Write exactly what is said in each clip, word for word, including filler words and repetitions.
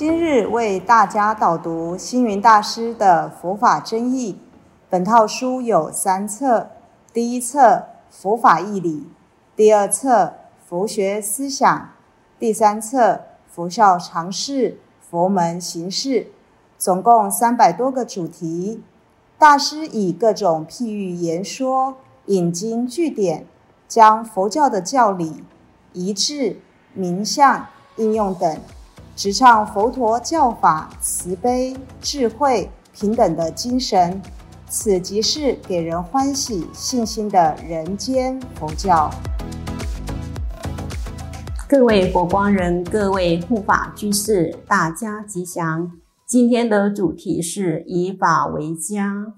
今日为大家导读星云大师的佛法真义。本套书有三册：第一册佛法义理，第二册佛学思想，第三册佛教常识、佛门行事，总共三百多个主题。大师以各种譬喻言说，引经据典，将佛教的教理、仪制、名相、应用等，直唱佛陀教法慈悲、智慧、平等的精神，此即是给人欢喜信心的人间佛教。 各位佛光人，各位护法居士，大家吉祥。今天的主题是以法为家。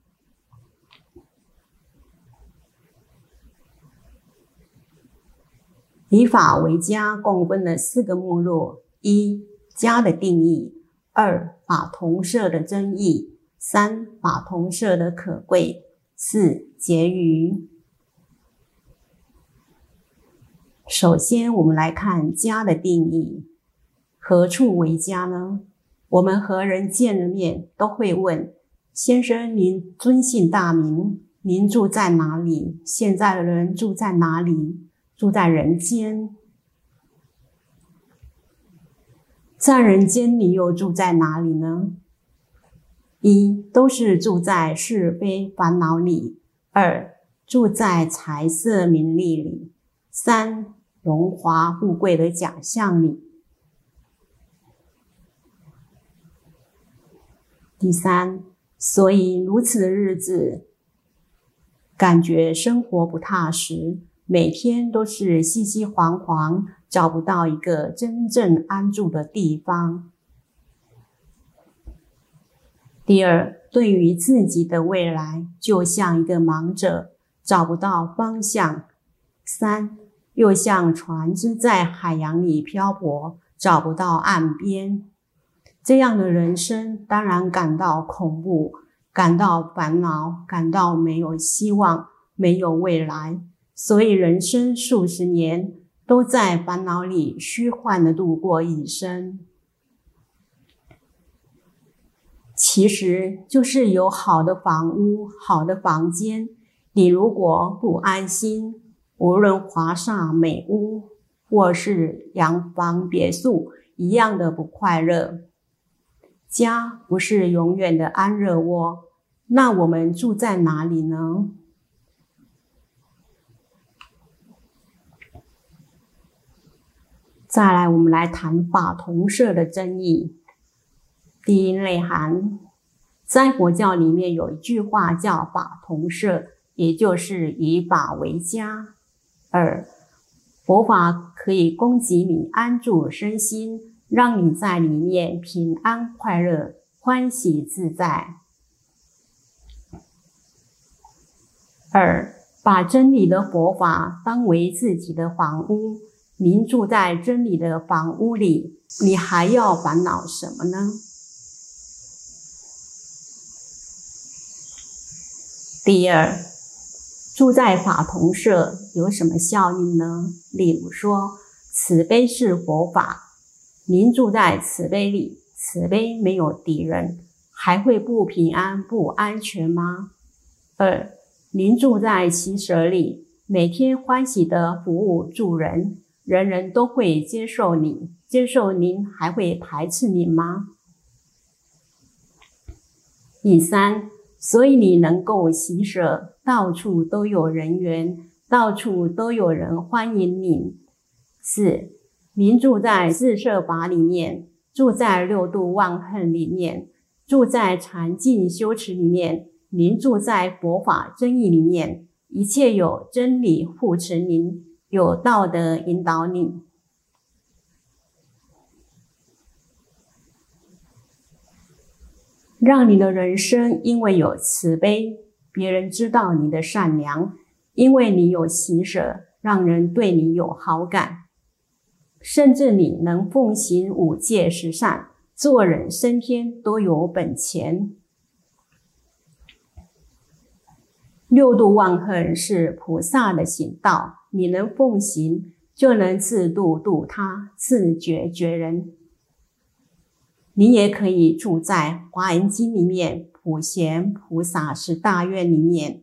以法为家共分了四个目录：一、家的定义；二、法同摄的真义；三、法同摄的可贵；四、结语。首先，我们来看家的定义。何处为家呢？我们和人见了面都会问：先生，您尊姓大名？您住在哪里？现在的人住在哪里？住在人间。在人间，你又住在哪里呢？一、都是住在是非烦恼里；二、住在财色名利里；三、荣华富贵的假象里；第三，所以如此的日子，感觉生活不踏实，每天都是熙熙攘攘，找不到一个真正安住的地方。第二，对于自己的未来，就像一个盲者，找不到方向。三，又像船只在海洋里漂泊，找不到岸边。这样的人生当然感到恐怖，感到烦恼，感到没有希望，没有未来。所以人生数十年都在烦恼里虚幻地度过一生。其实就是有好的房屋、好的房间，你如果不安心，无论华厦美屋或是洋房别墅，一样的不快乐。家不是永远的安乐窝，那我们住在哪里呢？再来，我们来谈法同摄的真义。第一内涵，在佛教里面有一句话叫法同摄，也就是以法为家。二，佛法可以供给你安住身心，让你在里面平安快乐、欢喜自在。二，把真理的佛法当为自己的房屋，您住在真理的房屋里，你还要烦恼什么呢？第二，住在法同摄有什么效应呢？例如说，慈悲是佛法，您住在慈悲里，慈悲没有敌人，还会不平安、不安全吗？二，您住在喜舍里，每天欢喜的服务助人，人人都会接受你，接受您还会排斥你吗？第三，所以你能够喜舍，到处都有人缘，到处都有人欢迎你。四，您住在四摄法里面，住在六度万恨里面，住在禅净修持里面，您住在佛法真义里面，一切有真理护持您，有道德引导你。让你的人生因为有慈悲，别人知道你的善良，因为你有喜舍，让人对你有好感，甚至你能奉行五戒十善，做人升天都有本钱。六度万恨是菩萨的行道，你能奉行，就能自度度他，自觉觉人。 你也可以住在华严经里面普贤菩萨十大愿里面，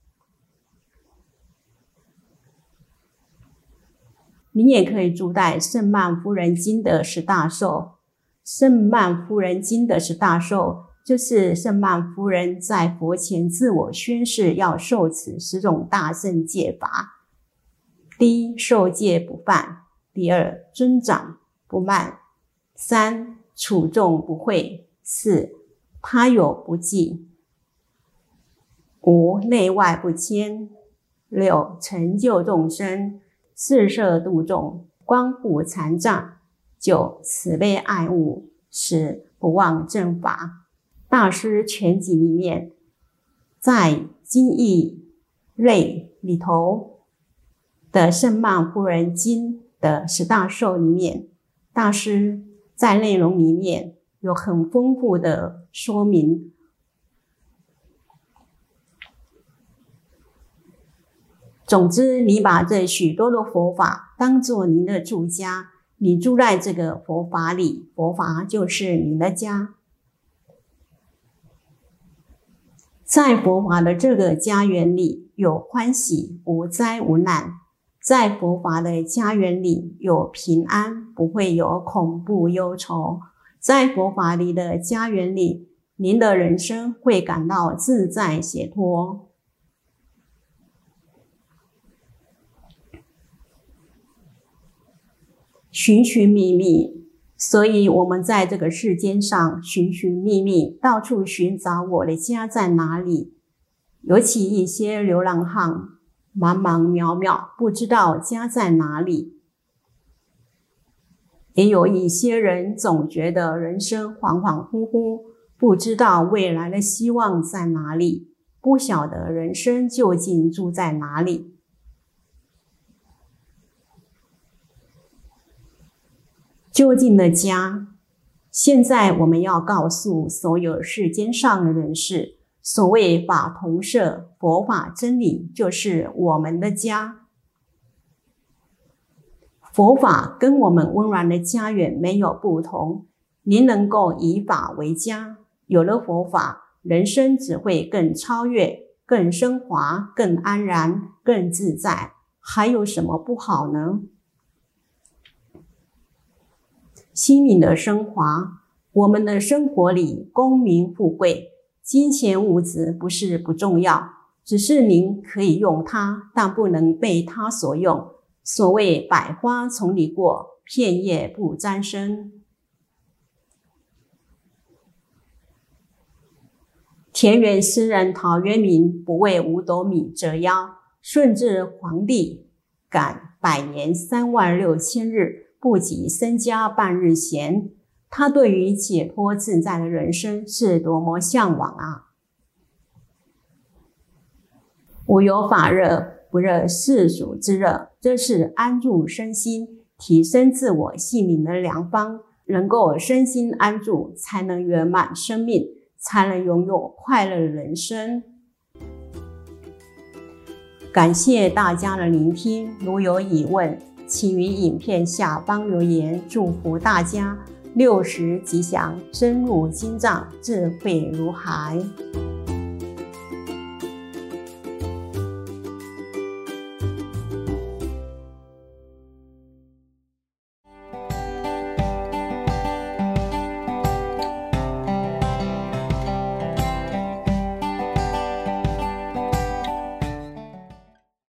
你也可以住在圣曼夫人经的十大寿。圣曼夫人经的十大寿，就是圣曼夫人在佛前自我宣誓要受此十种大圣戒法。第一，受戒不犯；第二，尊长不慢；三，处众不讳；四，他有不忌；五，内外不迁；六，成就众生；四摄度众，光复残障；九，慈悲爱物；十，不忘正法。大师全集里面，在经义类里头的圣曼夫人经的十大寿里面，大师在内容里面有很丰富的说明。总之，你把这许多的佛法当作您的住家，你住在这个佛法里，佛法就是你的家。在佛法的这个家园里，有欢喜，无灾无难；在佛法的家园里，有平安，不会有恐怖忧愁；在佛法里的家园里，您的人生会感到自在解脱。寻寻觅觅，所以我们在这个世间上寻寻觅觅，到处寻找我的家在哪里。尤其一些流浪汉，茫茫渺渺，不知道家在哪里。也有一些人总觉得人生恍恍惚惚，不知道未来的希望在哪里，不晓得人生究竟住在哪里。究竟的家，现在我们要告诉所有世间上的人士，所谓法同摄，佛法真理就是我们的家。佛法跟我们温暖的家园没有不同，您能够以法为家，有了佛法，人生只会更超越，更升华，更安然，更自在，还有什么不好呢？心灵的升华，我们的生活里功名富贵、金钱物质不是不重要，只是您可以用它，但不能被它所用。所谓百花丛里过，片叶不沾身。田园诗人陶渊明不为五斗米折腰，顺治皇帝赶百年三万六千日，不及身家半日闲。他对于解脱自在的人生是多么向往啊！无有法热，不热世俗之热，这是安住身心、提升自我性命的良方。能够身心安住，才能圆满生命，才能拥有快乐的人生。感谢大家的聆听，如有疑问，请于影片下方留言。祝福大家六十吉祥，深入经藏，智慧如海。